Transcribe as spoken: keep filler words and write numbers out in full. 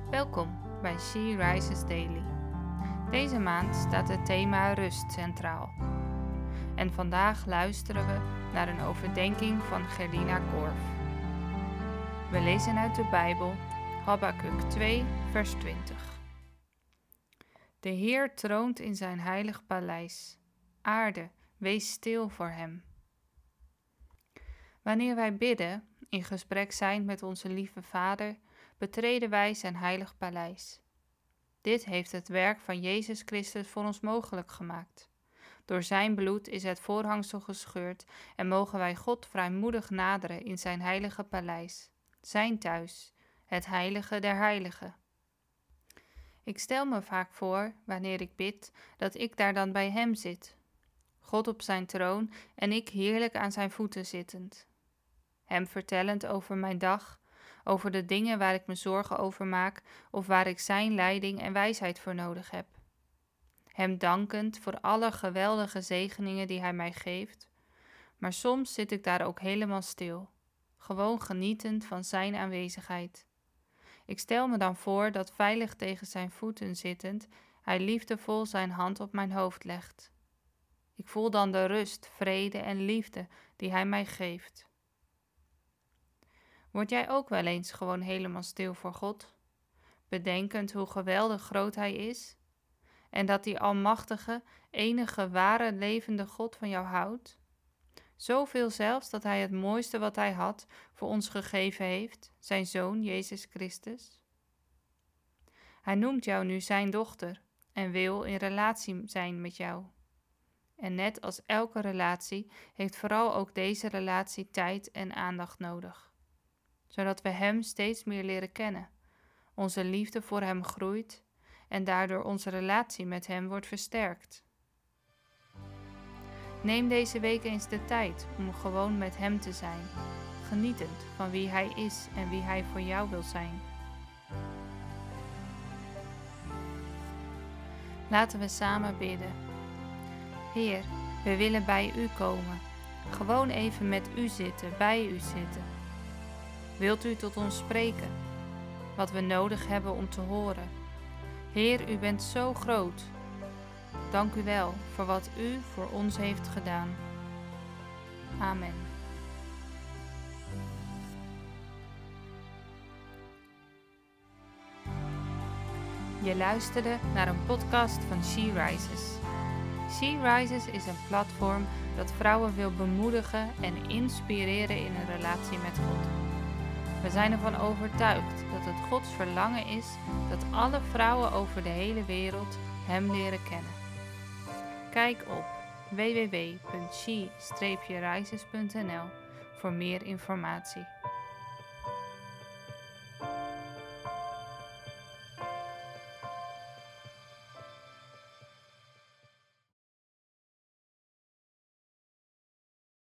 Welkom bij She Rises Daily. Deze maand staat het thema rust centraal. En vandaag luisteren we naar een overdenking van Gerlina Korf. We lezen uit de Bijbel, Habakuk twee, vers twintig. De Heer troont in zijn heilig paleis. Aarde, wees stil voor hem. Wanneer wij bidden, in gesprek zijn met onze lieve Vader, betreden wij zijn heilig paleis. Dit heeft het werk van Jezus Christus voor ons mogelijk gemaakt. Door zijn bloed is het voorhangsel gescheurd en mogen wij God vrijmoedig naderen in zijn heilige paleis, zijn thuis, het heilige der heiligen. Ik stel me vaak voor, wanneer ik bid, dat ik daar dan bij hem zit. God op zijn troon en ik heerlijk aan zijn voeten zittend. Hem vertellend over mijn dag, over de dingen waar ik me zorgen over maak of waar ik zijn leiding en wijsheid voor nodig heb. Hem dankend voor alle geweldige zegeningen die hij mij geeft, maar soms zit ik daar ook helemaal stil, gewoon genietend van zijn aanwezigheid. Ik stel me dan voor dat veilig tegen zijn voeten zittend, hij liefdevol zijn hand op mijn hoofd legt. Ik voel dan de rust, vrede en liefde die hij mij geeft. Word jij ook wel eens gewoon helemaal stil voor God, bedenkend hoe geweldig groot hij is en dat die almachtige, enige ware levende God van jou houdt? Zoveel zelfs dat hij het mooiste wat hij had voor ons gegeven heeft, zijn Zoon Jezus Christus. Hij noemt jou nu zijn dochter en wil in relatie zijn met jou. En net als elke relatie heeft vooral ook deze relatie tijd en aandacht nodig, zodat we hem steeds meer leren kennen, onze liefde voor hem groeit en daardoor onze relatie met hem wordt versterkt. Neem deze week eens de tijd om gewoon met hem te zijn, genietend van wie hij is en wie hij voor jou wil zijn. Laten we samen bidden. Heer, we willen bij u komen, gewoon even met u zitten, bij u zitten. Wilt u tot ons spreken, wat we nodig hebben om te horen? Heer, u bent zo groot. Dank u wel voor wat u voor ons heeft gedaan. Amen. Je luisterde naar een podcast van She Rises. She Rises is een platform dat vrouwen wil bemoedigen en inspireren in een relatie met God. We zijn ervan overtuigd dat het Gods verlangen is dat alle vrouwen over de hele wereld hem leren kennen. Kijk op w w w punt she rises punt n l voor meer informatie.